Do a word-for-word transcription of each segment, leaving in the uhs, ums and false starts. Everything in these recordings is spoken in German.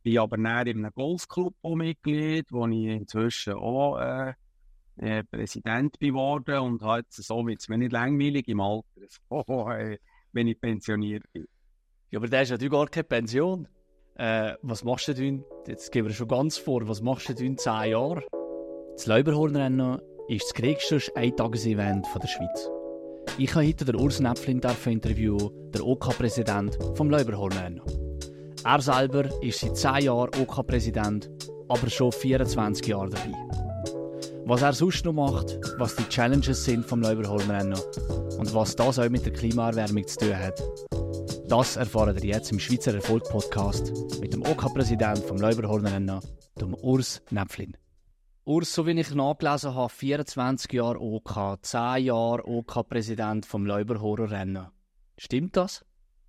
bin aber näher in einem Golfclub auch Mitglied, wo ich inzwischen auch äh, äh, Präsident geworden und halt so wird es mir nicht langweilig im Alter, so, äh, wenn ich pensioniert bin. Ja, aber der ist natürlich gar keine Pension. Äh, was machst du denn, jetzt geben wir schon ganz vor, was machst du denn in zehn Jahren? Das Läuberhornrennen ist das größte Eintages-Event der Schweiz. Ich habe heute den Urs Näpflin interviewen, der O K-Präsident vom Läuberhornrennen. Er selber ist seit zehn Jahren O K-Präsident, aber schon vierundzwanzig Jahre dabei. Was er sonst noch macht, was die Challenges sind vom Läuberhornrennen und was das auch mit der Klimaerwärmung zu tun hat, das erfahren ihr jetzt im Schweizer Erfolg-Podcast mit dem O K-Präsident vom Läuberhornrennen, dem Urs Näpflin. Urs, so wie ich nachgelesen habe, vierundzwanzig Jahre O K, zehn Jahre O K-Präsident vom Läuberhornrennen. Stimmt das?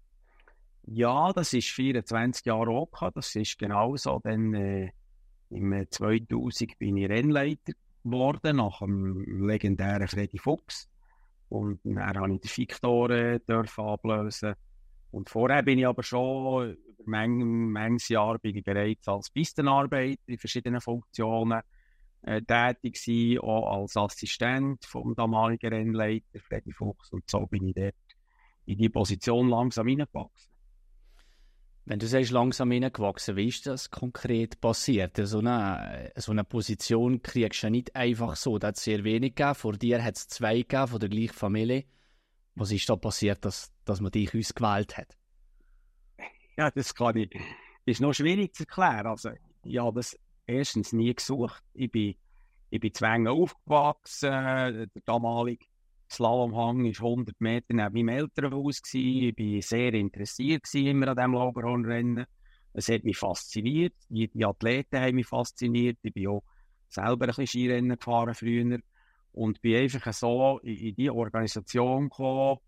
Ja, das ist vierundzwanzig Jahre O K, das ist genau so. Dann äh, im zweitausend bin ich Rennleiter geworden, nach dem legendären Freddy Fuchs. Und dann habe ich den Victor äh, dürfen ablösen. Und vorher bin ich aber schon, über manches Jahr bin ich bereits als Pistenarbeiter in verschiedenen Funktionen äh, tätig gewesen, auch als Assistent vom damaligen Rennleiter Freddy Fuchs. Und so bin ich dort in die Position langsam hineingewachsen. Wenn du sagst, langsam hineingewachsen, wie ist das konkret passiert? So eine, so eine Position kriegst du ja nicht einfach so. Da hat es sehr wenig gegeben. Vor dir hat es zwei gegeben, von der gleichen Familie. Was ist da passiert, dass, dass man dich ausgewählt hat? Ja, das kann ich. Das ist noch schwierig zu erklären. Also, ich habe das erstens nie gesucht. Ich bin, ich bin zu Wengen aufgewachsen. Der damalige Slalomhang war hundert Meter neben meinem Elternhaus. Ich war sehr interessiert immer an diesem Läuberhornrennen. Es hat mich fasziniert. Die, die Athleten haben mich fasziniert. Ich bin auch selber ein bisschen Skirennen gefahren früher. Und bin einfach so in, in diese Organisation gekommen.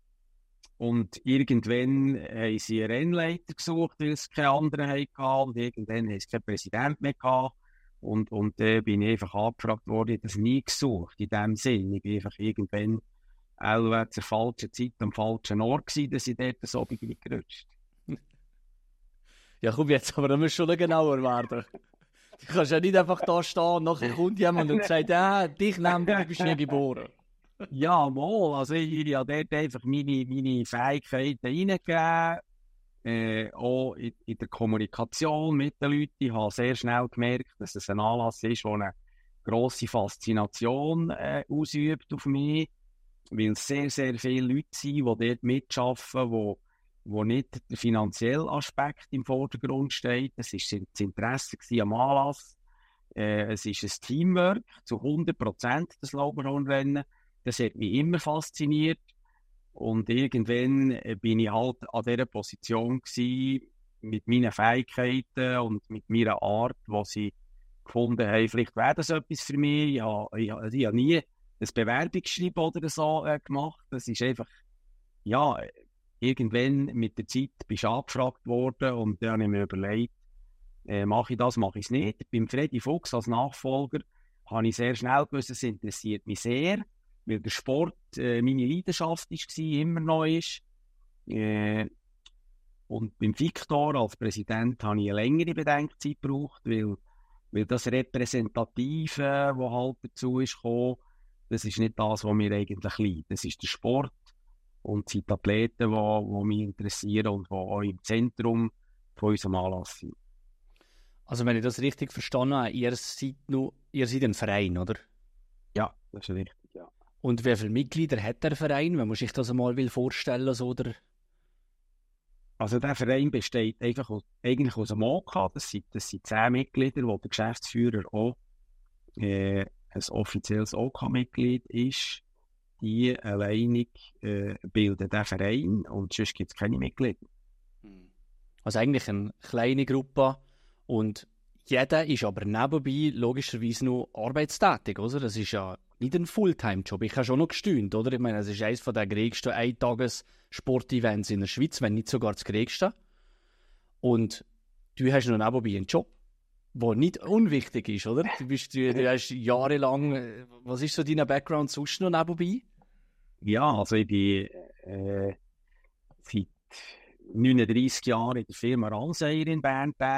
Und irgendwann haben sie einen Rennleiter gesucht, weil es keine anderen hatten. Und irgendwann haben sie keinen Präsidenten mehr gehabt. Und, und dann äh, bin ich einfach angefragt worden, ich habe das nie gesucht, in dem Sinn. Ich bin einfach irgendwann auch zur falschen Zeit am falschen Ort gewesen, dass ich dort so bin gerutscht. Ja komm jetzt, aber da musst du schon genauer werden. Du kannst ja nicht einfach da stehen und nachher kommt jemand und sagt, ja, dich nehmen, du bist nie geboren. Ja, mal. Also ich, ich habe dort einfach meine, meine Fähigkeiten reingegeben. Äh, auch in, in der Kommunikation mit den Leuten. Ich habe sehr schnell gemerkt, dass es ein Anlass ist, der eine grosse Faszination äh, ausübt auf mich. Weil es sehr, sehr viele Leute sind, die dort mitarbeiten, wo, wo nicht der finanzielle Aspekt im Vordergrund steht. Es war das Interesse am Anlass. Äh, es ist ein Teamwork zu hundert Prozent, das Läuberhornrennen. Das hat mich immer fasziniert. Und irgendwann bin ich halt an dieser Position gewesen, mit meinen Fähigkeiten und mit meiner Art, wo sie gefunden haben, vielleicht wäre das etwas für mich. Ich habe, ich habe, ich habe nie ein Bewerbungsschreiben oder so äh, gemacht. Das ist einfach, ja, irgendwann mit der Zeit bist du angefragt worden und dann habe ich mir überlegt, äh, mache ich das, mache ich es nicht. Beim Freddy Fuchs als Nachfolger habe ich sehr schnell gewusst, es interessiert mich sehr, weil der Sport äh, meine Leidenschaft war, immer noch ist. Äh, und beim Victor als Präsident habe ich eine längere Bedenkzeit gebraucht, weil, weil das Repräsentative, was halt dazu ist gekommen, das ist nicht das, was mir eigentlich liegt. Das ist der Sport und die Athleten, die, die mich interessieren und die auch im Zentrum von unserem Anlass sind. Also wenn ich das richtig verstanden habe, ihr seid, nur, ihr seid ein Verein, oder? Ja, das ist richtig, ja. Und wie viele Mitglieder hat der Verein, wenn man sich das einmal vorstellen will? Oder? Also der Verein besteht einfach aus, eigentlich aus einem O K. Das sind, das sind zehn Mitglieder, wo der Geschäftsführer auch äh, ein offizielles O K-Mitglied ist. Die alleinig äh, bilden den Verein und sonst gibt es keine Mitglieder. Also eigentlich eine kleine Gruppe und jeder ist aber nebenbei logischerweise noch arbeitstätig, oder? Das ist ja nicht ein Fulltime-Job. Ich habe schon noch gestaunt, oder? Ich meine, es ist eines der größten Eintages-Sport-Events in der Schweiz, wenn nicht sogar das größte. Und du hast noch nebenbei einen Job, der nicht unwichtig ist, oder? Du, bist, du, du hast jahrelang, was ist so dein Background sonst noch nebenbei? Ja, also ich bin äh, seit neununddreissig Jahren in der Firma Ranseier in Bern tätig. Ich habe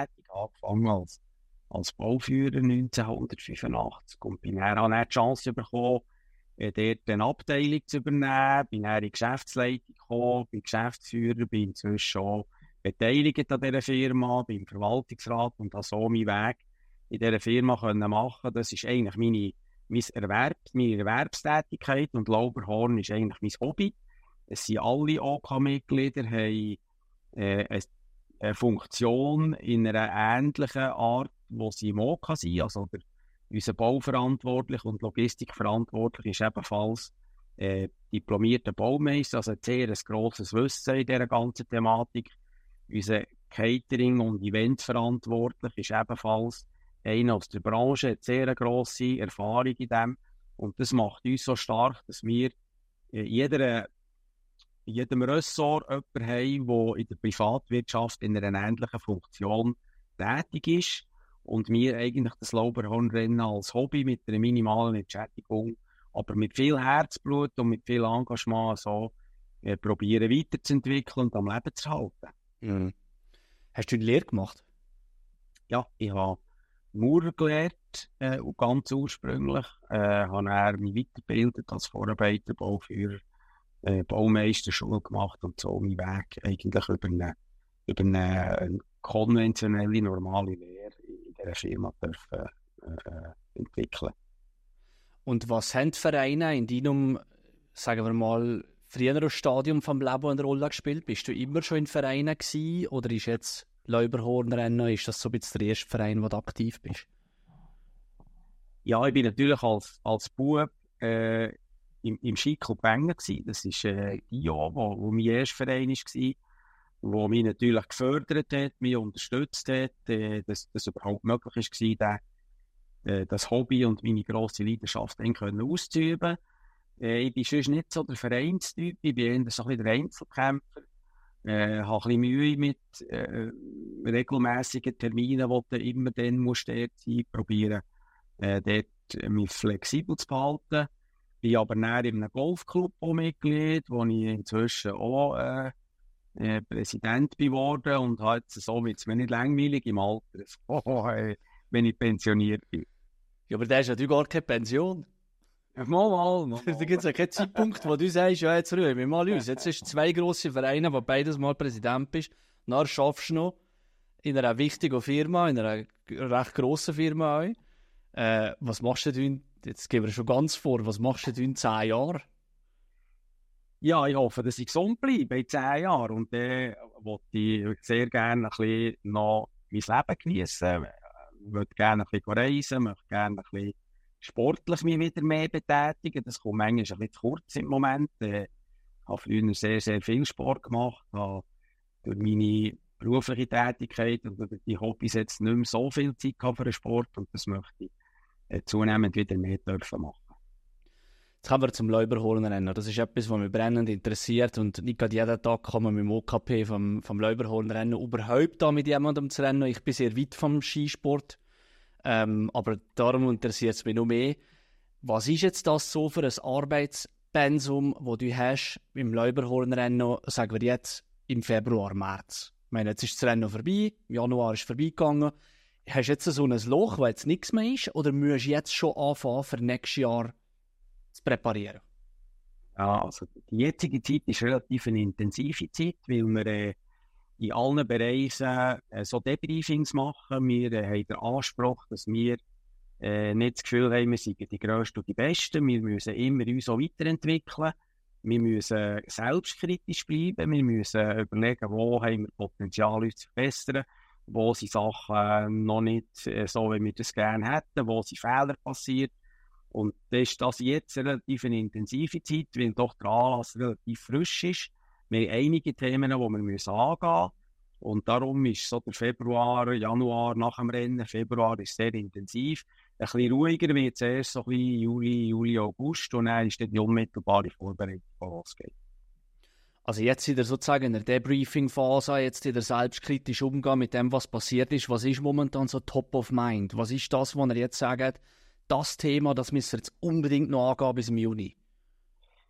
angefangen als, als Bauführer neunzehnhundertfünfundachtzig und bin dann, habe dann die Chance bekommen, äh, dort eine Abteilung zu übernehmen, bin dann in die Geschäftsleitung gekommen, bin Geschäftsführer, bin inzwischen auch beteiligt an dieser Firma, bin im Verwaltungsrat und habe so meinen Weg in dieser Firma können machen. Das ist eigentlich meine, mein Erwerb, meine Erwerbstätigkeit und Lauberhorn ist eigentlich mein Hobby. Es sind alle O K-Mitglieder, haben äh, eine, eine Funktion in einer ähnlichen Art, wo sie im O K sind. Also der, unser Bauverantwortlich und Logistikverantwortlich ist ebenfalls äh, diplomierter Baumeister, also ein sehr ein grosses Wissen in dieser ganzen Thematik. Unser Catering- und Eventverantwortlich ist ebenfalls einer aus der Branche, hat sehr eine grosse Erfahrung in dem. Und das macht uns so stark, dass wir in jeder in jedem Ressort jemanden haben, der in der Privatwirtschaft in einer ähnlichen Funktion tätig ist und wir eigentlich das Lauberhornrennen als Hobby mit einer minimalen Entschädigung, aber mit viel Herzblut und mit viel Engagement so äh, probieren weiterzuentwickeln und am Leben zu halten. Mhm. Hast du eine Lehre gemacht? Ja, ich habe Maurer gelernt, äh, ganz ursprünglich, äh, habe er mich weitergebildet als Vorarbeiter, Bauführer, Äh, Baumeisterschule gemacht und so meinen Weg eigentlich über eine, über eine, eine konventionelle, normale Lehre in dieser Firma dürfen, äh, entwickeln. Und was haben die Vereine in deinem, sagen wir mal, früheren Stadium vom Leben eine Rolle gespielt? Bist du immer schon in Vereinen gewesen, oder ist jetzt Lauberhornrennen, ist das so ein bisschen der erste Verein, wo du aktiv bist? Ja, ich bin natürlich als, als Bub äh, im, im Skiclub Wengen gsi. Das ist äh, Gio, wo, wo mein erster Verein war, wo mich natürlich gefördert hat, mich unterstützt hat, äh, dass das überhaupt möglich war, den, äh, das Hobby und meine grosse Leidenschaft dann können auszuüben. Äh, ich bin sonst nicht so der Vereinstyp, ich bin eher so ein bisschen der Einzelkämpfer. Äh, habe ein bisschen Mühe mit äh, regelmässigen Terminen, wo du immer dann musst dort sein, probieren, äh, dort mich flexibel zu behalten. Bin aber näher in einem Golfclub auch Mitglied, wo ich inzwischen auch äh, äh, Präsident geworden und halt so wird es mir nicht langweilig im Alter, oh, äh, wenn ich pensioniert bin. Ja, aber der ist natürlich gar keine Pension. Mal, mal, mal. Da gibt es ja keinen Zeitpunkt, wo du sagst, ja, jetzt ruhen wir mal uns. Jetzt hast du zwei grosse Vereine, wo beides mal Präsident bist. Dann schaffst du noch in einer wichtigen Firma, in einer recht grossen Firma auch. Äh, was machst du denn, jetzt gehen wir schon ganz vor, was machst du denn in zehn Jahren? Ja, ich hoffe, dass ich gesund bleibe in zehn Jahren. Und dann äh, wollte ich sehr gerne ein bisschen noch mein Leben genießen. Ich würde gerne ein bisschen reisen, möchte gerne ein bisschen sportlich mich wieder mehr betätigen. Das kommt manchmal ein bisschen zu kurz im Moment. Ich habe früher sehr, sehr viel Sport gemacht. Ich habe durch meine berufliche Tätigkeit und durch die Hobbys jetzt nicht mehr so viel Zeit für den Sport. Und das möchte ich äh, zunehmend wieder mehr dürfen machen. Jetzt kommen wir zum Lauberhornrennen. Das ist etwas, was mich brennend interessiert. Und nicht gerade jeden Tag kann man mit dem O K P vom, vom Lauberhornrennen überhaupt da mit jemandem zu rennen. Ich bin sehr weit vom Skisport. Ähm, aber darum interessiert es mich noch mehr. Was ist jetzt das so für ein Arbeitspensum, das du hast im Lauberhornrennen, sagen wir jetzt, im Februar, März? Ich meine, jetzt ist das Rennen vorbei, im Januar ist vorbeigegangen. Hast du jetzt so ein Loch, wo jetzt nichts mehr ist, oder musst du jetzt schon anfangen, für nächstes Jahr zu präparieren? Ja, also die jetzige Zeit ist relativ eine intensive Zeit, weil wir äh, in allen Bereichen äh, so Debriefings machen. Wir äh, haben den Anspruch, dass wir äh, nicht das Gefühl haben, wir sind die Grössten und die Besten. Wir müssen immer uns so weiterentwickeln. Wir müssen selbstkritisch bleiben. Wir müssen überlegen, wo haben wir Potenzial, uns zu verbessern. Wo sind Sachen noch nicht äh, so, wie wir das gerne hätten. Wo sind Fehler passiert. Und das ist das jetzt relativ eine intensive Zeit, weil doch der Anlass relativ frisch ist. Wir haben einige Themen, die wir angehen müssen. Und darum ist so der Februar, Januar nach dem Rennen, Februar ist sehr intensiv. Ein bisschen ruhiger wird es erst so ein bisschen Juli, Juli, August und dann ist dann die unmittelbare Vorbereitung, die losgeht. Also jetzt in der sozusagen in der Debriefing-Phase, jetzt in der selbstkritisch umgehen mit dem, was passiert ist. Was ist momentan so top of mind? Was ist das, wo ihr jetzt sagt, das Thema, das müssen wir jetzt unbedingt noch angehen bis im Juni?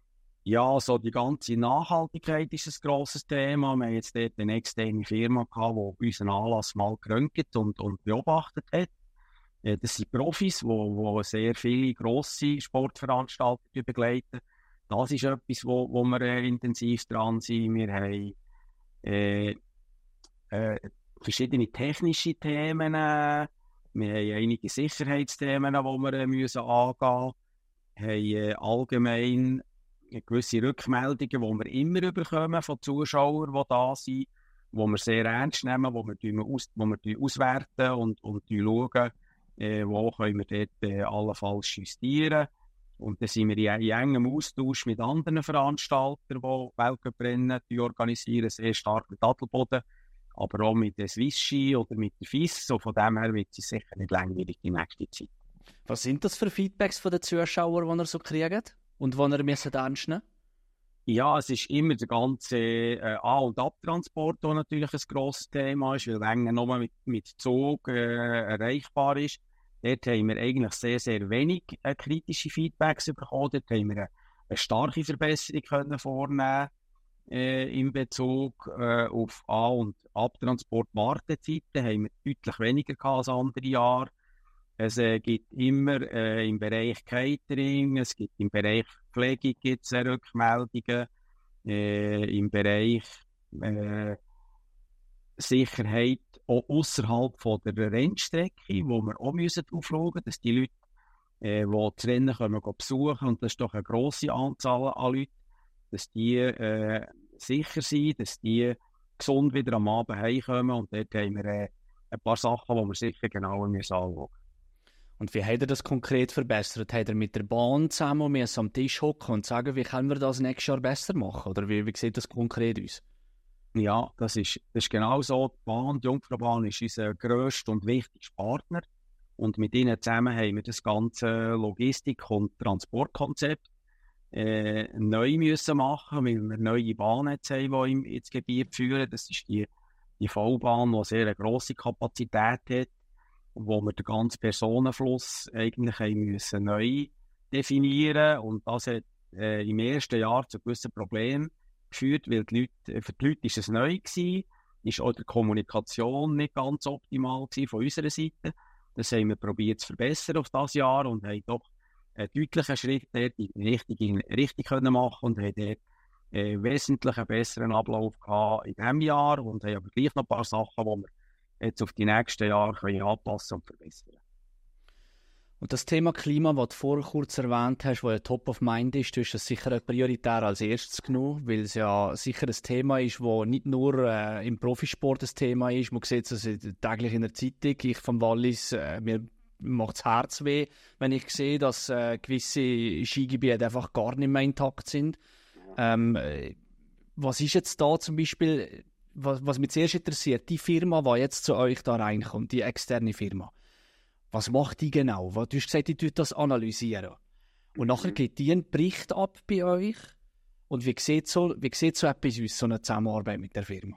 Ja, so die ganze Nachhaltigkeit ist ein grosses Thema. Wir haben jetzt dort eine externe Firma gehabt, die unseren Anlass mal geröntgt und, und beobachtet hat. Äh, Das sind Profis, die wo, wo sehr viele grosse Sportveranstaltungen begleiten. Das ist etwas, wo, wo wir äh, intensiv dran sind. Wir haben äh, äh, verschiedene technische Themen. Äh, wir haben einige Sicherheitsthemen, die wir äh, müssen angehen müssen. Wir haben äh, allgemein gewisse Rückmeldungen, die wir immer bekommen von Zuschauern, die da sind, die wir sehr ernst nehmen, die wir, aus, wo wir auswerten und, und schauen, äh, wo können wir dort äh, allenfalls justieren. Und dann sind wir in, in engem Austausch mit anderen Veranstaltern, die Weltcuprennen organisieren, sehr stark mit Adelboden, aber auch mit der Swiss Ski oder mit der F I S. So von dem her wird es sicher nicht langweilig die nächste Zeit. Was sind das für Feedbacks von den Zuschauern, die ihr so kriegt und die ihr ernst nehmen müsst? Ja, es ist immer der ganze äh, A- und Abtransport, der natürlich ein grosses Thema ist, weil Wengen nur mit, mit Zug äh, erreichbar ist. Dort haben wir eigentlich sehr, sehr wenig äh, kritische Feedbacks bekommen. Dort haben wir eine, eine starke Verbesserung können vornehmen äh, in Bezug äh, auf A- und Abtransport-Wartezeiten. Haben wir deutlich weniger gehabt als andere Jahre. Es äh, gibt immer äh, im Bereich Catering, es gibt im Bereich Pflege gibt's, äh, Rückmeldungen, äh, im Bereich äh, Sicherheit auch außerhalb von der Rennstrecke, wo wir auch müssen drauf schauen müssen, dass die Leute, äh, die das Rennen kommen, besuchen, und das ist doch eine grosse Anzahl an Leuten, dass die äh, sicher sind, dass die gesund wieder am Abend heimkommen, und dort haben wir äh, ein paar Sachen, die wir sicher genauer anschauen müssen. Und wie hat er das konkret verbessert? Hat er mit der Bahn zusammen müssen am Tisch hocken und sagen, wie können wir das nächstes Jahr besser machen? Oder wie, wie sieht das konkret aus? Ja, das ist, das ist genau so. Die Bahn, die Jungfraubahn, ist unser grösster und wichtigster Partner. Und mit ihnen zusammen haben wir das ganze Logistik- und Transportkonzept äh, neu müssen machen, weil wir neue Bahnen jetzt haben, die ins Gebiet führen. Das ist die, die V-Bahn, die sehr eine grosse Kapazität hat, wo wir den ganzen Personenfluss eigentlich haben müssen neu definieren. Und das hat äh, im ersten Jahr zu gewissen Problemen geführt, weil die Leute, für die Leute ist es neu gewesen, ist auch die Kommunikation nicht ganz optimal gewesen von unserer Seite. Das haben wir probiert zu verbessern auf das Jahr und haben doch einen deutlichen Schritt dort in die richtige Richtung können machen und haben dort äh, wesentlich einen besseren Ablauf gehabt in diesem Jahr und haben aber gleich noch ein paar Sachen, die wir jetzt auf die nächsten Jahre können anpassen und verbessern. Und das Thema Klima, das du vorher kurz erwähnt hast, das ja top of mind ist, du hast es sicher prioritär als erstes genommen, weil es ja sicher ein Thema ist, das nicht nur äh, im Profisport ein Thema ist. Man sieht es täglich in der Zeitung. Ich vom Wallis, äh, mir macht das Herz weh, wenn ich sehe, dass äh, gewisse Skigebiete einfach gar nicht mehr intakt sind. Ähm, was ist jetzt da zum Beispiel, was, was mich zuerst interessiert, die Firma, die jetzt zu euch da reinkommt, die externe Firma, was macht die genau? Du hast gesagt, die tut das analysieren. Und nachher geht die einen Bericht ab bei euch. Und wie sieht so, wie sieht so etwas aus, so eine Zusammenarbeit mit der Firma?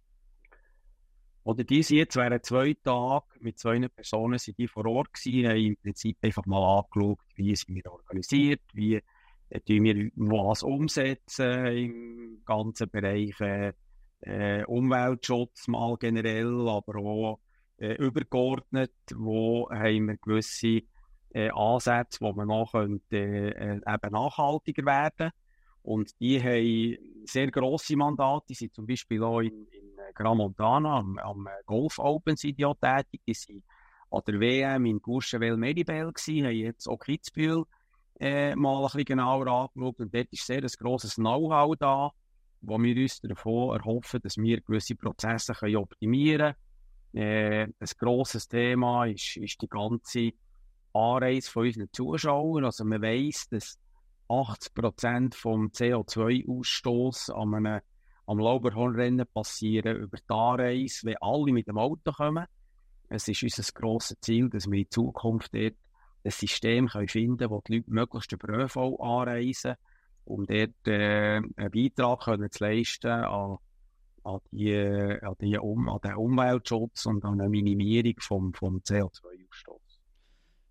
Oder die sind jetzt während zwei Tagen mit zwei Personen sind die vor Ort gewesen, haben im Prinzip einfach mal angeschaut, wie sind wir organisiert, wie äh, tun wir was umsetzen im ganzen Bereich äh, äh, Umweltschutz mal generell, aber auch äh, übergeordnet, wo haben wir gewisse äh, Ansätze, wo man noch könnte, äh, eben nachhaltiger werden. Und die haben sehr grosse Mandate, die sind zum Beispiel auch in, in Gran Montana, am, am Golf Open sind die auch tätig, die sind an der W M in Courchevel-Meribel gewesen, haben jetzt auch Kitzbühel äh, mal ein bisschen genauer angeschaut und dort ist sehr ein grosses Know-how da, wo wir uns davon erhoffen, dass wir gewisse Prozesse können optimieren können. Äh, ein grosses Thema ist, ist die ganze Anreise von unseren Zuschauern, also man weiss, dass achtzig Prozent vom C O zwei Ausstoß an einem, am Lauberhornrennen passieren über die Anreise, wenn alle mit dem Auto kommen. Es ist unser grosses Ziel, dass wir in Zukunft dort ein System können finden können, wo die Leute möglichst über ÖV anreisen, um dort äh, einen Beitrag können zu leisten an, an, die, an, die um, an den Umweltschutz und an eine Minimierung vom, vom C O zwei Ausstoß.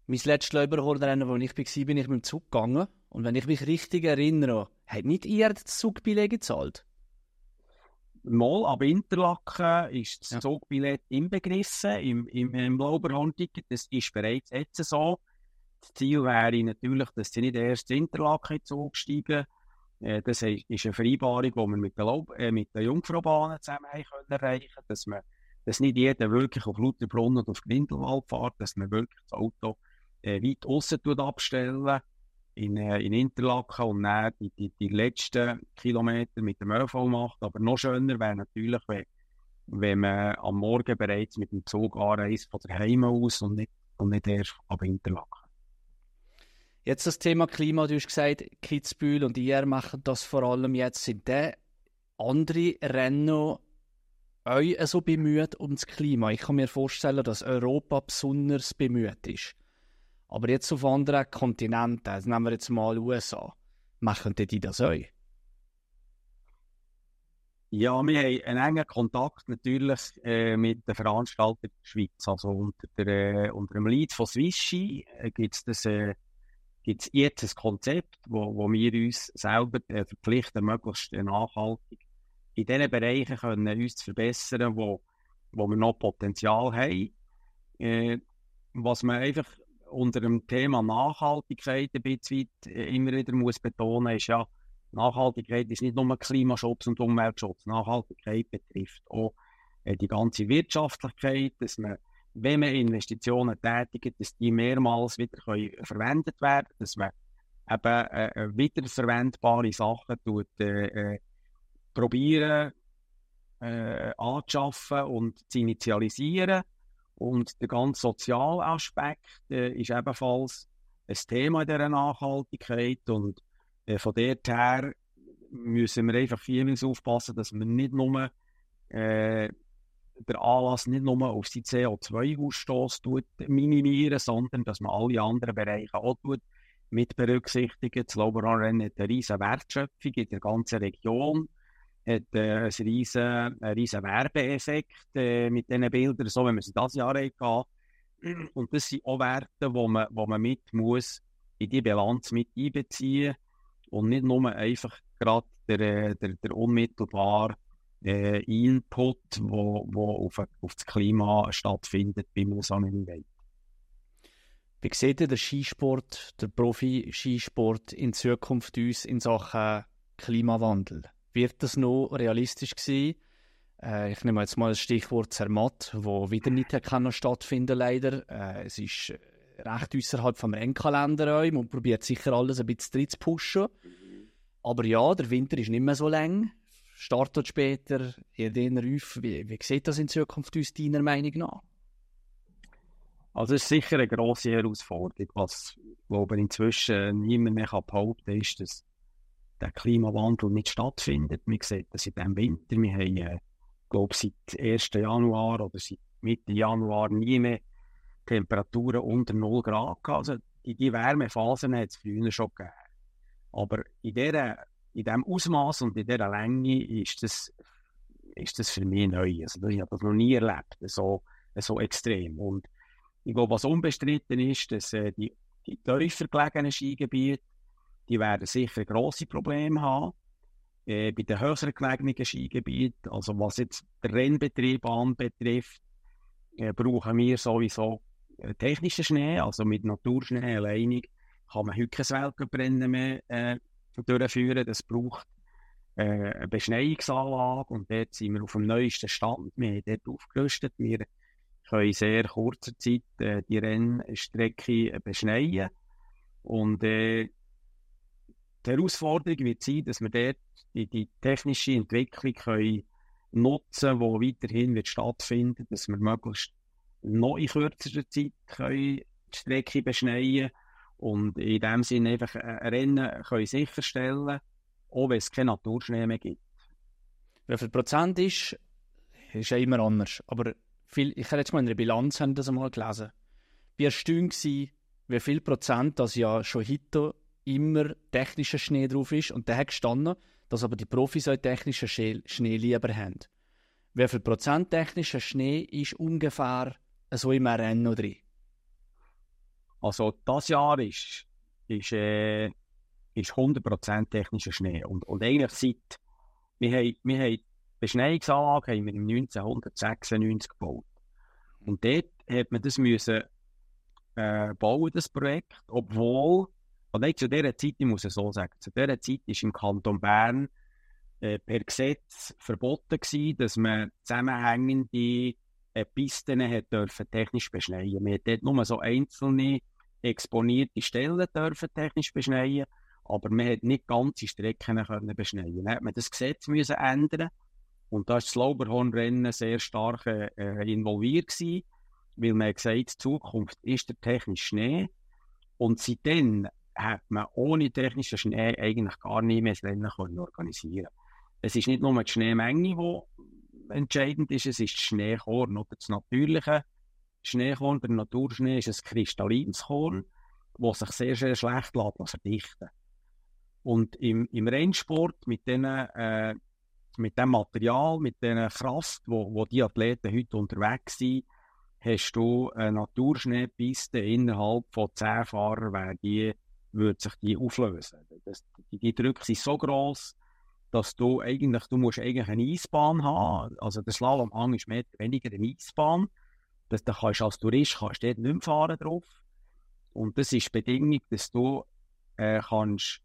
Mein letztes Läuberhornrennen, wo ich war, bin ich mit dem Zug gegangen. Und wenn ich mich richtig erinnere, hat nicht ihr das Zugbillett gezahlt? Mal ab Interlaken ist das Ja. Zugbillett inbegriffen im, im, im Lauberhorn-Ticket. Das ist bereits jetzt so. Das Ziel wäre natürlich, dass sie nicht erst in Interlaken in den Zug steigen. Äh, das ist eine Vereinbarung, die wir mit der, Laub äh, mit der Jungfraubahn zusammen haben können erreichen, dass man, dass nicht jeder wirklich auf Lauterbrunnen und auf Grindelwald fährt, dass man wirklich das Auto äh, weit aussen abstellen in, äh, in Interlaken und dann die, die, die letzten Kilometer mit dem ÖV macht. Aber noch schöner wäre natürlich, wenn, wenn man am Morgen bereits mit dem Zug anreist von der Heime aus und nicht, und nicht erst ab Interlaken. Jetzt das Thema Klima, du hast gesagt, Kitzbühel und ihr machen das vor allem jetzt. Sind da andere Rennen euch so bemüht um das Klima? Ich kann mir vorstellen, dass Europa besonders bemüht ist. Aber jetzt auf anderen Kontinenten, also nehmen wir jetzt mal U S A, machen die das auch? Ja, wir haben einen engen Kontakt natürlich äh, mit den Veranstaltern der Schweiz. Also unter, der, äh, unter dem Lead von Swissi äh, gibt es äh, gibt's jetzt ein Konzept, wo, wo wir uns selber äh, verpflichten, möglichst äh, nachhaltig in den Bereichen können uns zu verbessern, wo, wo wir noch Potenzial haben. Äh, was man einfach unter dem Thema Nachhaltigkeit ein bisschen äh, immer wieder muss betonen, ist ja, Nachhaltigkeit ist nicht nur Klimaschutz und Umweltschutz. Nachhaltigkeit betrifft auch äh, die ganze Wirtschaftlichkeit, dass man, wenn man Investitionen tätigt, dass die mehrmals wieder können verwendet werden, dass man eben äh, wiederverwendbare Sachen tut, äh, äh, probieren äh, anzuschaffen und zu initialisieren. Und der ganze soziale Aspekt äh, ist ebenfalls ein Thema in dieser Nachhaltigkeit. Und äh, von dort her müssen wir einfach vielmals aufpassen, dass wir nicht nur äh, der Anlass nicht nur auf seinen C O zwei Ausstoß minimieren, sondern dass man alle anderen Bereiche auch tut, mit berücksichtigen. Das Lauberhornrennen hat eine riesige Wertschöpfung in der ganzen Region, hat äh, einen riesen, einen riesen Werbeeffekt äh, mit diesen Bildern, so wie wir sie dieses Jahr hatten. Und das sind auch Werte, die man, wo man mit muss in die Bilanz mit einbeziehen und nicht nur einfach gerade der, der, der unmittelbare äh, Input, wo, wo auf, auf das Klima stattfindet, bei einem so einem Event. Wie sieht der Skisport, der Profi-Skisport in Zukunft uns in Sachen Klimawandel? Wird das noch realistisch sein? Äh, ich nehme jetzt mal das Stichwort Zermatt, wo wieder nicht kann stattfinden leider. Äh, es ist recht außerhalb vom Rennkalender. Man probiert sicher alles ein bisschen drin zu pushen. Aber ja, der Winter ist nicht mehr so lang. Startet später, eher den Ruf. Wie, wie sieht das in Zukunft aus, deiner Meinung nach? Also es ist sicher eine grosse Herausforderung. Was, ich glaube, inzwischen niemand mehr behaupten kann, ist, dass der Klimawandel nicht stattfindet. Man sieht das in diesem Winter. Wir haben, äh, glaube ich, seit ersten Januar oder seit Mitte Januar nie mehr Temperaturen unter null Grad gehabt. Also die, die Wärmephasen hat es früher schon gegeben. Aber in, dieser, in diesem Ausmaß und in dieser Länge ist das, ist das für mich neu. Also ich habe das noch nie erlebt, so, so extrem. Und ich glaube, was unbestritten ist, dass äh, die, die tiefer gelegenen Skigebiete, die werden sicher grosse Probleme haben. Äh, bei den höher gelegenen Skigebieten, also was jetzt den Rennbetrieb anbetrifft, äh, brauchen wir sowieso äh, technischen Schnee, also mit Naturschnee alleinig kann man heute kein Weltcuprennen mehr äh, durchführen. Das braucht äh, eine Beschneiungsanlage und dort sind wir auf dem neuesten Stand. Wir haben dort aufgerüstet. Wir können in sehr kurzer Zeit äh, die Rennstrecke beschneien. Und äh, die Herausforderung wird sein, dass wir dort die, die technische Entwicklung können nutzen können, die weiterhin wird stattfinden, dass wir möglichst noch in kürzerer Zeit können die Strecke beschneien und in dem Sinne einfach ein Rennen können sicherstellen, auch wenn es keinen Naturschnee mehr gibt. Wie viel Prozent ist, ist ja immer anders. Aber viel, ich habe jetzt mal in der Bilanz haben das einmal gelesen. Wie erstaunt war, wie viel Prozent das ja schon heute immer technischer Schnee drauf ist. Und der hat gestanden, dass aber die Profis auch technischen Schnee lieber haben. Wie viel Prozent technischer Schnee ist ungefähr so im Rennen drin? Also das Jahr ist, ist, äh, ist hundert Prozent technischer Schnee. Und, und eigentlich seit, wir haben, wir haben die Beschneiungsanlage haben wir im neunzehnhundertsechsundneunzig gebaut. Und dort hat man das müssen, äh, bauen, das Projekt, obwohl, oder zu dieser Zeit, ich muss es so sagen, zu dieser Zeit ist im Kanton Bern äh, per Gesetz verboten gewesen, dass man zusammenhängende äh, Pisten hat dürfen technisch beschneien. Man hat dort nur so einzelne exponierte Stellen dürfen technisch beschneien, aber man hat nicht ganze Strecken können beschneien. Dann hat man das Gesetz müssen ändern und da ist das Lauberhornrennen sehr stark äh, involviert gewesen, weil man gesagt hat, in Zukunft ist der technische Schnee und seitdem hat man ohne technischen Schnee eigentlich gar nicht mehr das Rennen können organisieren. Es ist nicht nur die Schneemenge, die entscheidend ist, es ist das Schneekorn oder das natürliche Schneekorn. Der Naturschnee ist ein kristallines Korn, das sich sehr, sehr schlecht lässt verdichten. Und im, im Rennsport mit den äh, mit dem Material, mit der Kraft, wo, wo die Athleten heute unterwegs sind, hast du eine Naturschneepiste innerhalb von zehn Fahrern, die würde sich die auflösen. Das, die, die Drücke sind so gross, dass du eigentlich, du musst eigentlich eine Eisbahn haben. Also der Slalomhang ist mehr oder weniger eine Eisbahn. Das, da kannst du als Tourist kannst dort nicht mehr fahren drauf. Und das ist die Bedingung, dass du äh, kannst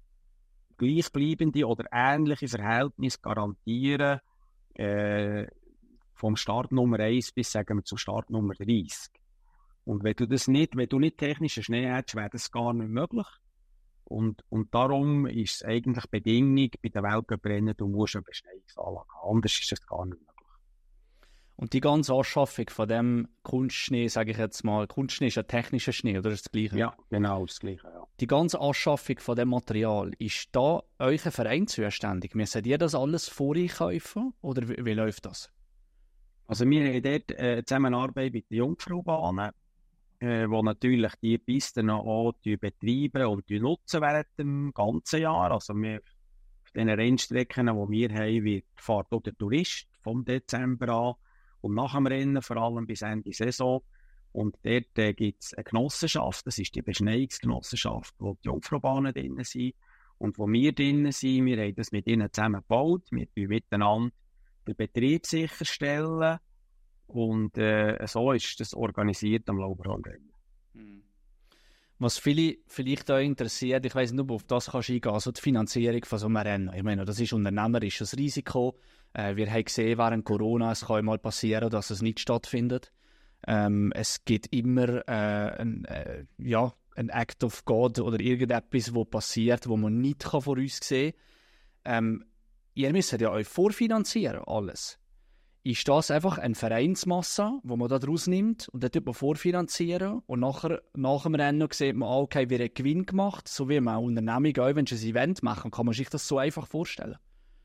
gleichbleibende oder ähnliche Verhältnisse garantieren äh, vom Start Nummer eins bis, sagen wir, zum Start Nummer dreißig. Und wenn du das nicht, wenn du nicht technischen Schnee hättest, wäre das gar nicht möglich. Und, und darum ist es eigentlich Bedingung bei den Weltcuprennen, du musst eine Beschneiungsanlage haben. Anders ist das gar nicht möglich. Und die ganze Anschaffung von dem Kunstschnee, sage ich jetzt mal, Kunstschnee ist ja technischer Schnee, oder ist das Gleiche? Ja, genau das Gleiche, ja. Die ganze Anschaffung von dem Material, ist da euer Verein zuständig? Müsst ihr das alles vorkaufen, oder wie, wie läuft das? Also wir haben dort äh, Zusammenarbeit mit den Jungfraubahnen, äh, wo natürlich die Pisten auch betreiben und nutzen während dem ganzen Jahr. Also wir, auf den Rennstrecken, die wir haben, wird, fährt auch der Tourist vom Dezember an und nach dem Rennen, vor allem bis Ende Saison. Und dort äh, gibt es eine Genossenschaft, das ist die Beschneiungsgenossenschaft, wo die Jungfraubahnen drin sind und wo wir drin sind. Wir haben das mit ihnen zusammen gebaut, wir tun miteinander den Betrieb sicherstellen und äh, so ist das organisiert am Lauberhornrennen. Hm. Was viele vielleicht auch interessiert, ich weiss nicht, ob auf das kannst du eingehen, also die Finanzierung von so einem Rennen. Ich meine, das ist unternehmerisches Risiko. Äh, wir haben gesehen, während Corona, es kann mal passieren, dass es nicht stattfindet. Ähm, es gibt immer äh, ein, äh, ja, ein Act of God oder irgendetwas, was passiert, wo man nicht voraussehen kann. Ähm, ihr müsst ja euch vorfinanzieren, alles. Ist das einfach eine Vereinsmasse, die man da draus nimmt und dann tut man vorfinanzieren und nachher, nach dem Rennen sieht man, okay, wir haben Gewinn gemacht, so wie man eine Unternehmung auch, wenn sie ein Event machen, kann man sich das so einfach vorstellen?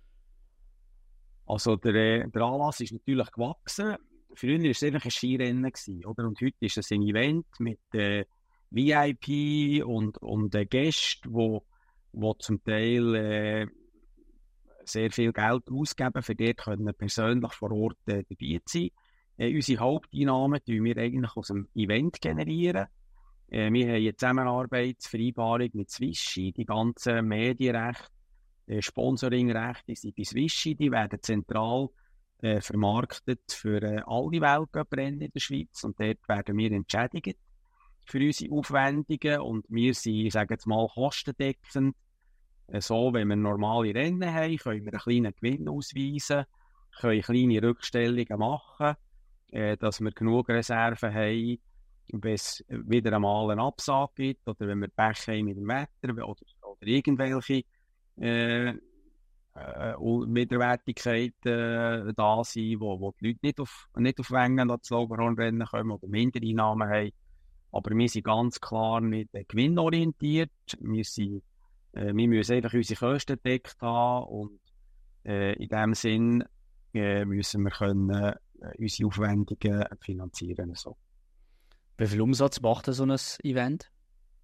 Also der, der Anlass ist natürlich gewachsen. Früher war es einfach ein Skirennen gewesen, oder? Und heute ist es ein Event mit äh, V I P und, und äh, Gästen, wo, wo zum Teil äh, sehr viel Geld ausgeben, für dort können persönlich vor Ort äh, dabei sein. Äh, unsere Haupteinnahmen generieren wir eigentlich aus dem Event. generieren. Äh, wir haben eine Zusammenarbeitsvereinbarung mit Swisski. Die ganzen Medienrechte, äh, Sponsoringrechte sind bei Swisski. Die werden zentral äh, vermarktet für äh, alle Weltcuprennen in der Schweiz. Und dort werden wir entschädigt für unsere Aufwendungen. Und wir sind, ich sage jetzt mal, kostendeckend. So, wenn wir normale Rennen haben, können wir einen kleinen Gewinn ausweisen, können kleine Rückstellungen machen, äh, dass wir genug Reserven haben, wenn es wieder einmal einen Absage gibt oder wenn wir Pech haben mit dem Wetter oder, oder irgendwelche äh, äh, Minderwertigkeiten äh, da sind, wo, wo die Leute nicht auf, nicht auf Wengen ans Lauberhornrennen kommen oder Mindereinnahmen haben. Aber wir sind ganz klar nicht gewinnorientiert. Wir sind Äh, wir müssen einfach unsere Kosten gedeckt haben und äh, in dem Sinn äh, müssen wir können, äh, unsere Aufwendungen finanzieren. So. Wie viel Umsatz macht so ein Event?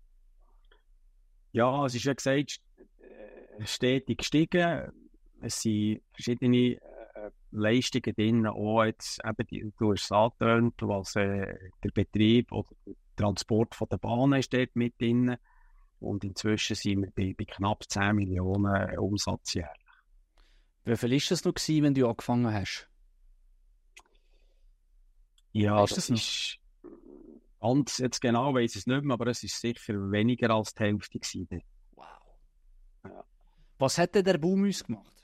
Ja, es ist ja gesagt, stetig gestiegen. Es sind verschiedene äh, Leistungen drin, auch jetzt eben, die, du hast es angetönt, was äh, der Betrieb oder Transport von der Bahnen ist dort mit drin. Und inzwischen sind wir bei, bei knapp zehn Millionen Umsatz jährlich. Wie viel war das noch gewesen, wenn du angefangen hast? Ja, Weißt du das das noch? ist ganz jetzt genau weiss ich es nicht mehr, aber es ist sicher weniger als die Hälfte gewesen. Wow. Ja. Was hat denn der Boom uns gemacht?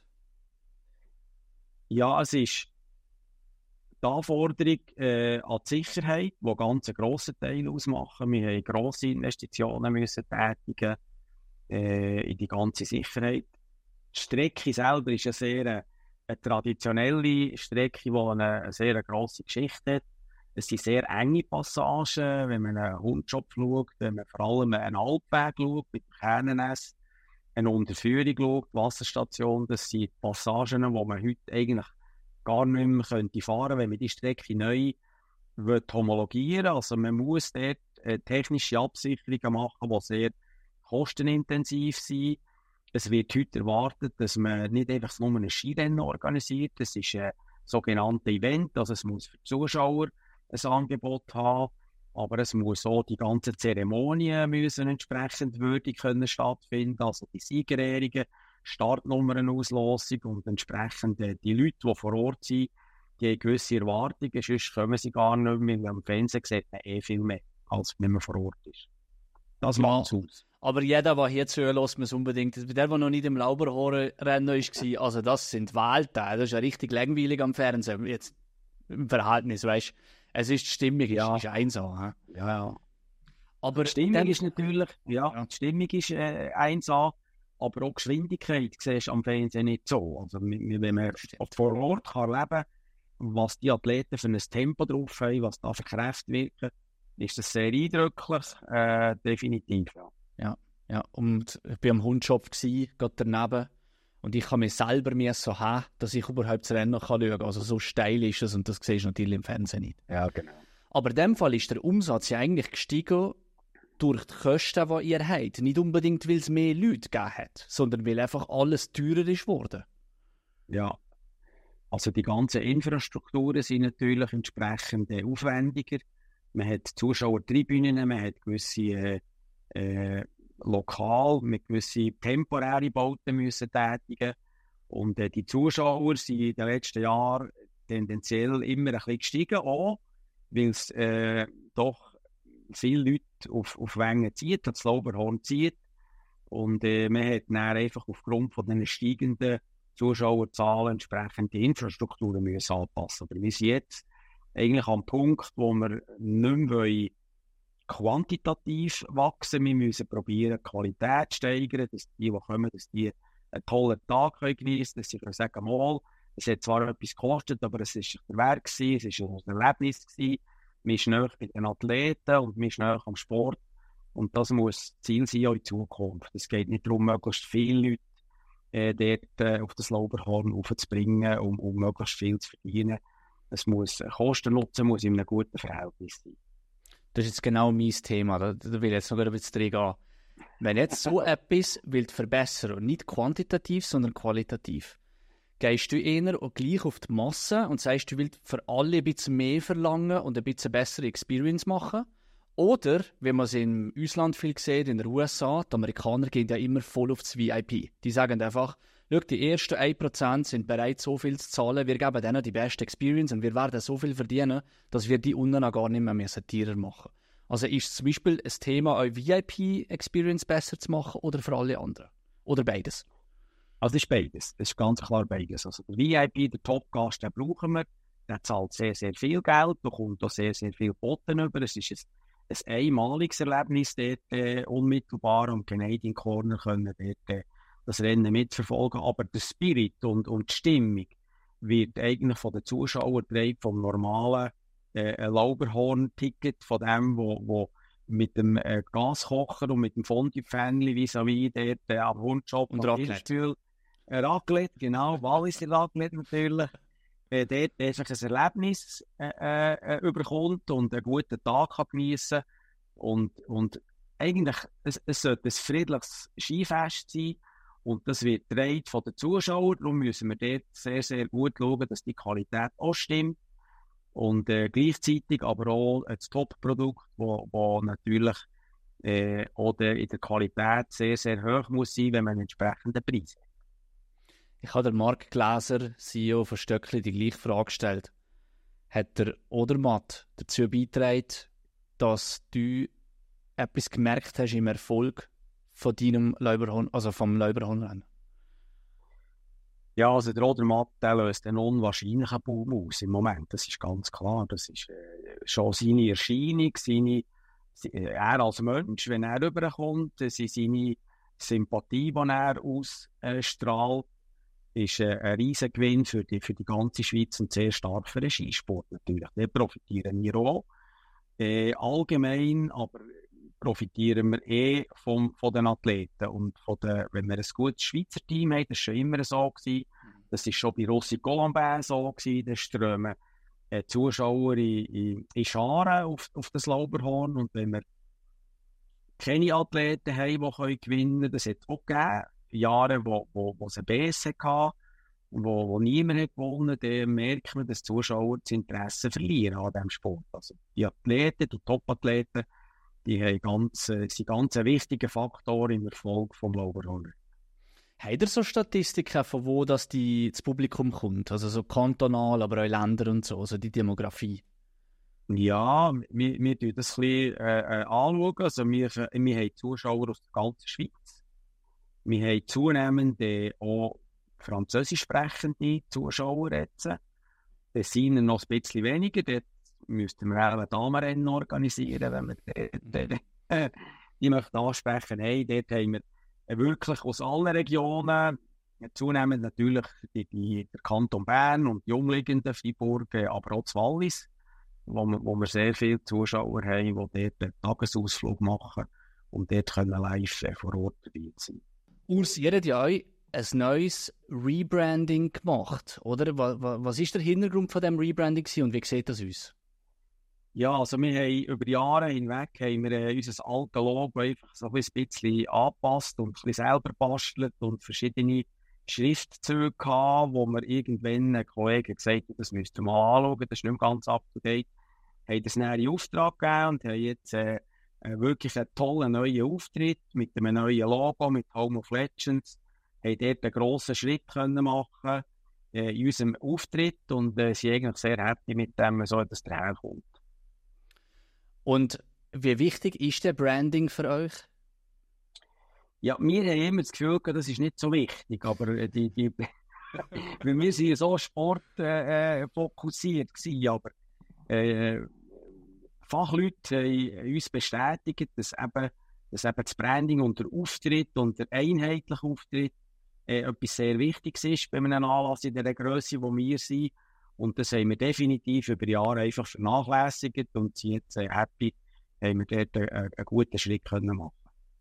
Ja, es ist die Anforderung äh, an die Sicherheit, die ganz einen grossen Teil ausmachen. Wir haben grosse Investitionen müssen tätigen äh, in die ganze Sicherheit. Die Strecke selber ist eine sehr eine, eine traditionelle Strecke, die eine, eine sehr grosse Geschichte hat. Es sind sehr enge Passagen, wenn man einen Hundjob schaut, wenn man vor allem einen Alpweg schaut, mit dem Kernennest, eine Unterführung schaut, die Wasserstation. Das sind Passagen, die man heute eigentlich gar nicht mehr könnte fahren, wenn man die Strecke neu homologieren will. Also man muss dort äh, technische Absicherungen machen, die sehr kostenintensiv sind. Es wird heute erwartet, dass man nicht einfach nur ein Skirennen organisiert. Das ist ein sogenanntes Event, also es muss für die Zuschauer ein Angebot haben, aber es muss auch die ganzen Zeremonien müssen entsprechend würdig können stattfinden, also die Siegerehrungen, Startnummernauslosung und entsprechend äh, die Leute, die vor Ort sind, die haben gewisse Erwartungen, sonst kommen sie gar nicht mehr, weil am Fernsehen sieht man eh viel mehr, als wenn man vor Ort ist. Das macht es aus. Aber jeder, der hier zuhört, muss es unbedingt. Der, der noch nicht im Lauberhornrennen war, also das sind Welten. Das ist ja richtig langweilig am Fernsehen. Jetzt im Verhältnis, weißt du. Es ist die Stimmung, ja. ist, ist einsam. He? Ja, ja. Aber die Stimmung dann, ist natürlich, ja, ja, die Stimmung ist äh, einsam, aber auch die Geschwindigkeit siehst du am Fernsehen nicht so. Also wenn man vor Ort kann erleben, was die Athleten für ein Tempo drauf haben, was da für Kräfte wirken, ist das sehr eindrücklich, äh, definitiv, ja. Ja, ja. Und ich war am Hundjob, gerade daneben. Und ich kann mich selber mehr so haben, dass ich überhaupt das Rennen schauen kann. Also so steil ist es und das siehst du natürlich im Fernsehen nicht. Ja, genau. Aber in dem Fall ist der Umsatz ja eigentlich gestiegen durch die Kosten, die ihr habt. Nicht unbedingt, weil es mehr Leute gegeben hat, sondern weil einfach alles teurer ist geworden. Ja, also die ganzen Infrastrukturen sind natürlich entsprechend äh, aufwendiger. Man hat Zuschauertribünen, man hat gewisse äh, äh, lokal mit gewissen temporären Bauten müssen tätigen. Und äh, die Zuschauer sind in den letzten Jahren tendenziell immer ein bisschen gestiegen, auch weil es äh, doch viele Leute auf, auf Wengen zieht, das Lauberhorn zieht. Und äh, man hat dann einfach aufgrund von den steigenden Zuschauerzahlen entsprechend die Infrastrukturen müssen anpassen. Aber wir sind jetzt eigentlich am Punkt, wo wir nicht mehr quantitativ wachsen. Wir müssen probieren, die Qualität zu steigern, dass die, die kommen, dass die einen tollen Tag geniessen können, dass sie sagen, mal, es hat zwar etwas gekostet, aber es war der Wert gewesen, es war ein Erlebnis gewesen. Wir sind näher bei den Athleten und wir sind näher am Sport. Und das muss das Ziel sein auch in Zukunft. Es geht nicht darum, möglichst viele Leute äh, dort äh, auf das Lauberhorn aufzubringen, um, um möglichst viel zu verdienen. Es muss, Kosten-Nutzen muss in einem guten Verhältnis sein. Das ist jetzt genau mein Thema. Da, da will ich jetzt noch ein bisschen reingehen. Wenn jetzt so etwas willst verbessern, und nicht quantitativ, sondern qualitativ, gehst du eher auch gleich auf die Masse und sagst, du willst für alle ein bisschen mehr verlangen und ein bisschen bessere Experience machen? Oder, wie man es im Ausland viel sieht, in den U S A, die Amerikaner gehen ja immer voll auf das V I P. Die sagen einfach, schau, die ersten ein Prozent sind bereit, so viel zu zahlen, wir geben denen die beste Experience und wir werden so viel verdienen, dass wir die unten auch gar nicht mehr teurer machen. Also ist zum Beispiel ein Thema, eine V I P-Experience besser zu machen oder für alle anderen? Oder beides? Also das ist beides. Das ist ganz klar beides. Also der V I P, der Top-Gast, den brauchen wir. Der zahlt sehr, sehr viel Geld, bekommt auch sehr, sehr viel Boten über. Es ist ein, ein einmaliges Erlebnis dort äh, unmittelbar am Canadian Corner können dort äh, das Rennen mitverfolgen. Aber der Spirit und, und die Stimmung wird eigentlich von den Zuschauern getragen, vom normalen äh, Lauberhorn-Ticket, von dem, wo, wo mit dem äh, Gaskocher und mit dem Fondue-Pfännchen vis-à-vis dort äh, am Hundjob und Raclette. Äh, Raclette, genau, Walliser Raclette natürlich. Äh, dort einfach ein Erlebnis äh, äh, überkommt und einen guten Tag kann geniessen und und eigentlich, es, es sollte ein friedliches Skifest sein und das wird getragen von den Zuschauern, darum müssen wir dort sehr, sehr gut schauen, dass die Qualität auch stimmt. Und äh, gleichzeitig aber auch ein Top-Produkt, wo, wo natürlich äh, oder in der Qualität sehr, sehr hoch muss sein, wenn man einen entsprechenden Preis hat. Ich habe den Marc Gläser, C E O von Stöckli, die gleiche Frage gestellt. Hat der Odermatt dazu beigetragen, dass du etwas gemerkt hast im Erfolg von deinem Lauberhorn, also vom Lauberhornrennen? Ja, also der Odermatt, der löst einen unwahrscheinlichen Boom aus im Moment. Das ist ganz klar. Das ist äh, schon seine Erscheinung, seine, er als Mensch, wenn er rüberkommt, seine Sympathie, die er ausstrahlt, ist äh, ein riesen Gewinn für die, für die ganze Schweiz und sehr stark für den Skisport natürlich. Da profitieren wir auch. Äh, allgemein, aber profitieren wir eh vom, von den Athleten und von den, wenn wir ein gutes Schweizer Team haben, das war schon immer so gewesen, das war schon bei Rossi Colombin so gewesen, da strömen äh, Zuschauer in, in, in Scharen auf, auf das Lauberhorn, und wenn wir keine Athleten haben, die können gewinnen können, das hat es auch gegeben, Jahre, wo, wo, wo es ein B S hatte, wo, wo niemand hat gewonnen, dann merkt man, dass die Zuschauer das Interesse verlieren an diesem Sport. Also die Athleten, die Top-Athleten, die haben ganz, äh, sind ganz ein wichtiger Faktor im Erfolg vom Lauberhorn. Habt ihr so Statistiken, von wo das, die, das Publikum kommt? Also so kantonal, aber auch Länder und so, also die Demografie? Ja, wir, wir tun das ein bisschen äh, äh, anschauen. Also wir, wir haben Zuschauer aus der ganzen Schweiz. Wir haben zunehmend äh, auch französisch sprechende Zuschauer jetzt. Das sind noch ein bisschen weniger. Dort müssten wir auch ein Damenrennen organisieren, wenn wir dort, äh, die möchten ansprechen. Hey, dort haben wir äh, wirklich aus allen Regionen, äh, zunehmend natürlich die, die, der Kanton Bern und die umliegenden Freiburg, äh, aber auch das Wallis, wo wir, wo wir sehr viele Zuschauer haben, die dort einen Tagesausflug machen und dort können live äh, vor Ort dabei sein. Urs, ihr habt ja auch ein neues Rebranding gemacht, oder? Was war der Hintergrund von diesem Rebranding und wie sieht das aus? Ja, also wir haben über Jahre hinweg haben wir äh, unser altes Logo einfach so ein bisschen angepasst und ein bisschen selber bastelt und verschiedene Schriftzüge gehabt, wo wir irgendwann einen Kollegen gesagt haben, das müsst ihr mal anschauen, das ist nicht mehr ganz up to date. Haben das dann in Auftrag gegeben und haben jetzt äh, wirklich einen tollen neuen Auftritt mit einem neuen Logo, mit Home of Legends. Haben dort einen grossen Schritt können machen äh, in unserem Auftritt und äh, sind eigentlich sehr happy mit dem, so dass der herkommt. Und wie wichtig ist der Branding für euch? Ja, wir haben immer das Gefühl, das ist nicht so wichtig, aber die, die, weil wir sind so sportfokussiert äh, gewesen, aber äh, Fachleute haben uns bestätigt, dass eben, dass eben das Branding und der Auftritt und der einheitliche Auftritt äh, etwas sehr Wichtiges ist bei einem Anlass in der Grösse, wo wir sind. Und das haben wir definitiv über Jahre einfach vernachlässigt und sind jetzt äh, happy, haben wir dort äh, einen guten Schritt können machen.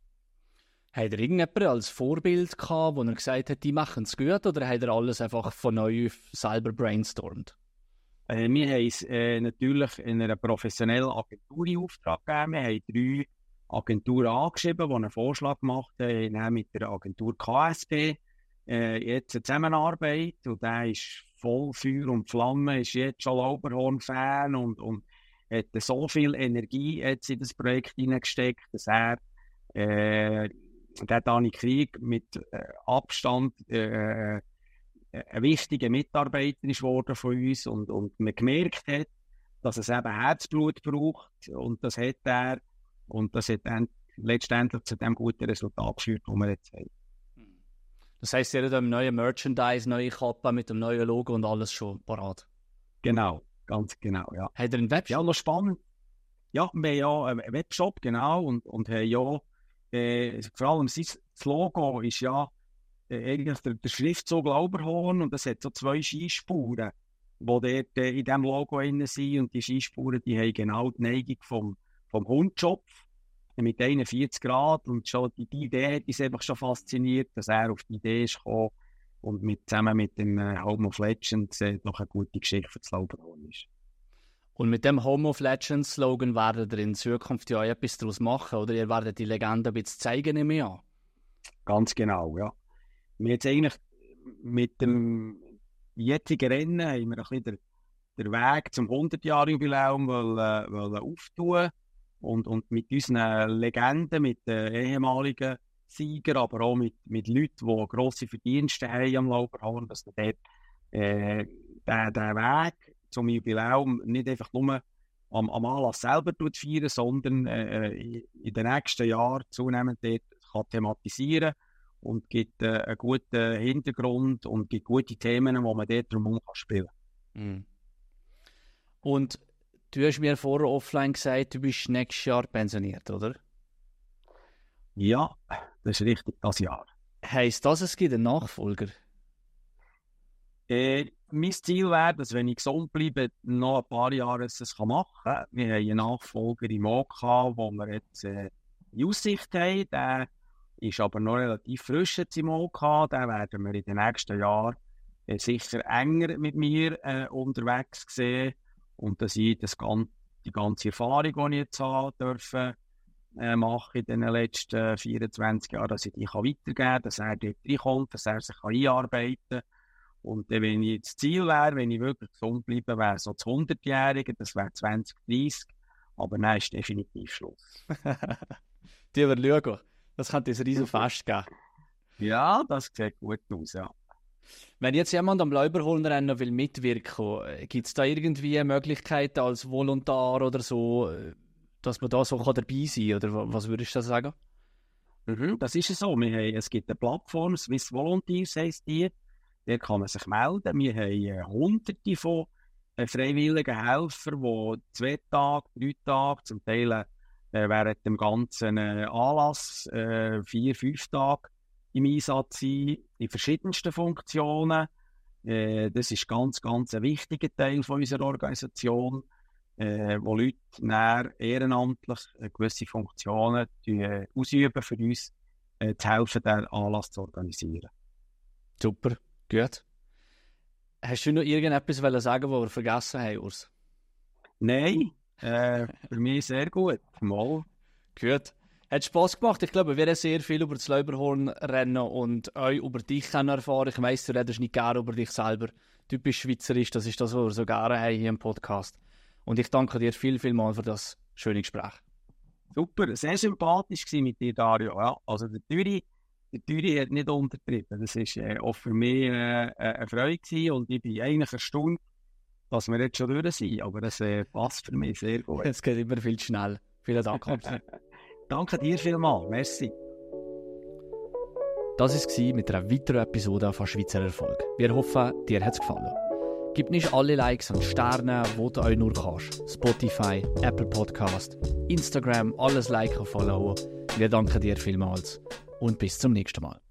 Hat er irgendjemanden als Vorbild gehabt, wo er gesagt hat, die machen es gut, oder hat er alles einfach von neu selber brainstormt? Äh, wir haben es äh, natürlich in einer professionellen Agentur in Auftrag gegeben. Wir haben drei Agenturen angeschrieben, die einen Vorschlag gemacht haben, mit der Agentur K S P. Äh, jetzt eine Zusammenarbeit, und der ist voll Feuer und Flamme, ist jetzt schon Lauberhorn-Fan und, und hat so viel Energie jetzt in das Projekt hineingesteckt, dass er äh, der Dani Krieg mit äh, Abstand äh, ein wichtiger Mitarbeiter ist worden von uns und, und man gemerkt hat, dass es eben Herzblut braucht, und das hat er, und das hat dann letztendlich zu dem guten Resultat geführt, das wir jetzt haben. Das heisst, ihr habt ein neues Merchandise, neue Kappe mit dem neuen Logo und alles schon parat? Genau, ganz genau, ja. Hat er einen Webshop? Ja, noch spannend. Ja, wir haben ja einen Webshop, genau, und, und haben ja, äh, vor allem das Logo ist ja äh, eigentlich der, der Schriftzug Lauberhorn, und das hat so zwei Skispuren, die dort äh, in diesem Logo drin sind, und die Skispuren, die haben genau die Neigung vom, vom Hundschopf mit einundvierzig Grad, und schon die, die Idee hat uns einfach schon fasziniert, dass er auf die Idee ist gekommen und mit, zusammen mit dem äh, Home of Legends äh, noch eine gute Geschichte für das Lauberhorn ist. Und mit dem Home of Legends Slogan werdet ihr in Zukunft ja etwas daraus machen, oder? Ihr werdet die Legende ein bisschen zeigen im Jahr. Ganz genau, ja. Wir jetzt eigentlich mit dem jetzigen Rennen haben wir ein bisschen den, den Weg zum hundert-Jahr-Jubiläum wollen, wollen auftun und, und mit unseren Legenden, mit den ehemaligen Siegern, aber auch mit, mit Leuten, die grosse Verdienste haben am Lauberhorn, dass wir dort äh, den, den Weg zum Jubiläum nicht einfach nur am, am Anlass selber feiern, sondern äh, in den nächsten Jahren zunehmend dort kann thematisieren und gibt äh, einen guten Hintergrund und gibt gute Themen, die man dort drumherum spielen kann. Mm. Und du hast mir vorher offline gesagt, du bist nächstes Jahr pensioniert, oder? Ja, das ist richtig, das Jahr. Heisst das, es gibt einen Nachfolger? Äh, mein Ziel wäre, dass, wenn ich gesund bleibe, noch ein paar Jahre es machen kann. Wir haben einen Nachfolger im O K, wo wir jetzt äh, in Aussicht haben. Der ist aber noch relativ frisch jetzt im O K. Den werden wir in den nächsten Jahren äh, sicher enger mit mir äh, unterwegs sehen. Und dass ich das gan- die ganze Erfahrung, die ich jetzt habe, dürfen, äh, machen in den letzten vierundzwanzig Jahren, dass ich die kann weitergeben kann, dass er dort reinkommt, dass er sich kann einarbeiten kann. Und äh, wenn ich das Ziel wäre, wenn ich wirklich gesund bleibe, wäre so das hundertjährige, das wäre zwanzig dreißig. Aber nein, ist definitiv Schluss. Die wir schauen. Das könnte ein riesen Fest geben. Ja, das sieht gut aus, ja. Wenn jetzt jemand am Lauberhornrennen will mitwirken, gibt es da irgendwie Möglichkeiten als Volontär oder so, dass man da so dabei sein kann? Oder was würdest du da sagen? Mhm, das ist so. Wir haben, es gibt eine Plattform, Swiss Volunteers heisst die. Da kann man sich melden. Wir haben äh, hunderte von äh, freiwilligen Helfern, die zwei Tage, drei Tage, zum Teil äh, während dem ganzen äh, Anlass äh, vier, fünf Tage im Einsatz sind, in verschiedensten Funktionen. Äh, das ist ganz, ganz ein wichtiger Teil von unserer Organisation, äh, wo Leute näher ehrenamtlich äh, gewisse Funktionen äh, ausüben, für uns äh, zu helfen, den Anlass zu organisieren. Super, gut. Hast du noch irgendetwas sagen, was wir vergessen haben, Urs? Nein, äh, für mich sehr gut. Mal. Gut. Hat Spass gemacht. Ich glaube, wir haben sehr viel über das Lauberhornrennen und euch über dich erfahren. Ich weiss, du redest nicht gerne über dich selber. Typisch schweizerisch, das ist das, was wir so gerne haben hier im Podcast. Und ich danke dir viel, viel mal für das schöne Gespräch. Super, sehr sympathisch gewesen mit dir, Dario. Ja, also der Thüri, der Thüri hat nicht untertrieben. Das war äh, auch für mich äh, eine Freude gewesen und ich bin eigentlich erstaunt, dass wir jetzt schon durch sind. Aber das äh, passt für mich sehr gut. Es geht immer viel zu schnell. Vielen Dank. Danke dir vielmals. Merci. Das war es mit einer weiteren Episode von Schweizer Erfolg. Wir hoffen, dir hat es gefallen. Gib nicht alle Likes und Sterne, wo du euch nur kannst. Spotify, Apple Podcast, Instagram, alles liken und followen. Wir danken dir vielmals und bis zum nächsten Mal.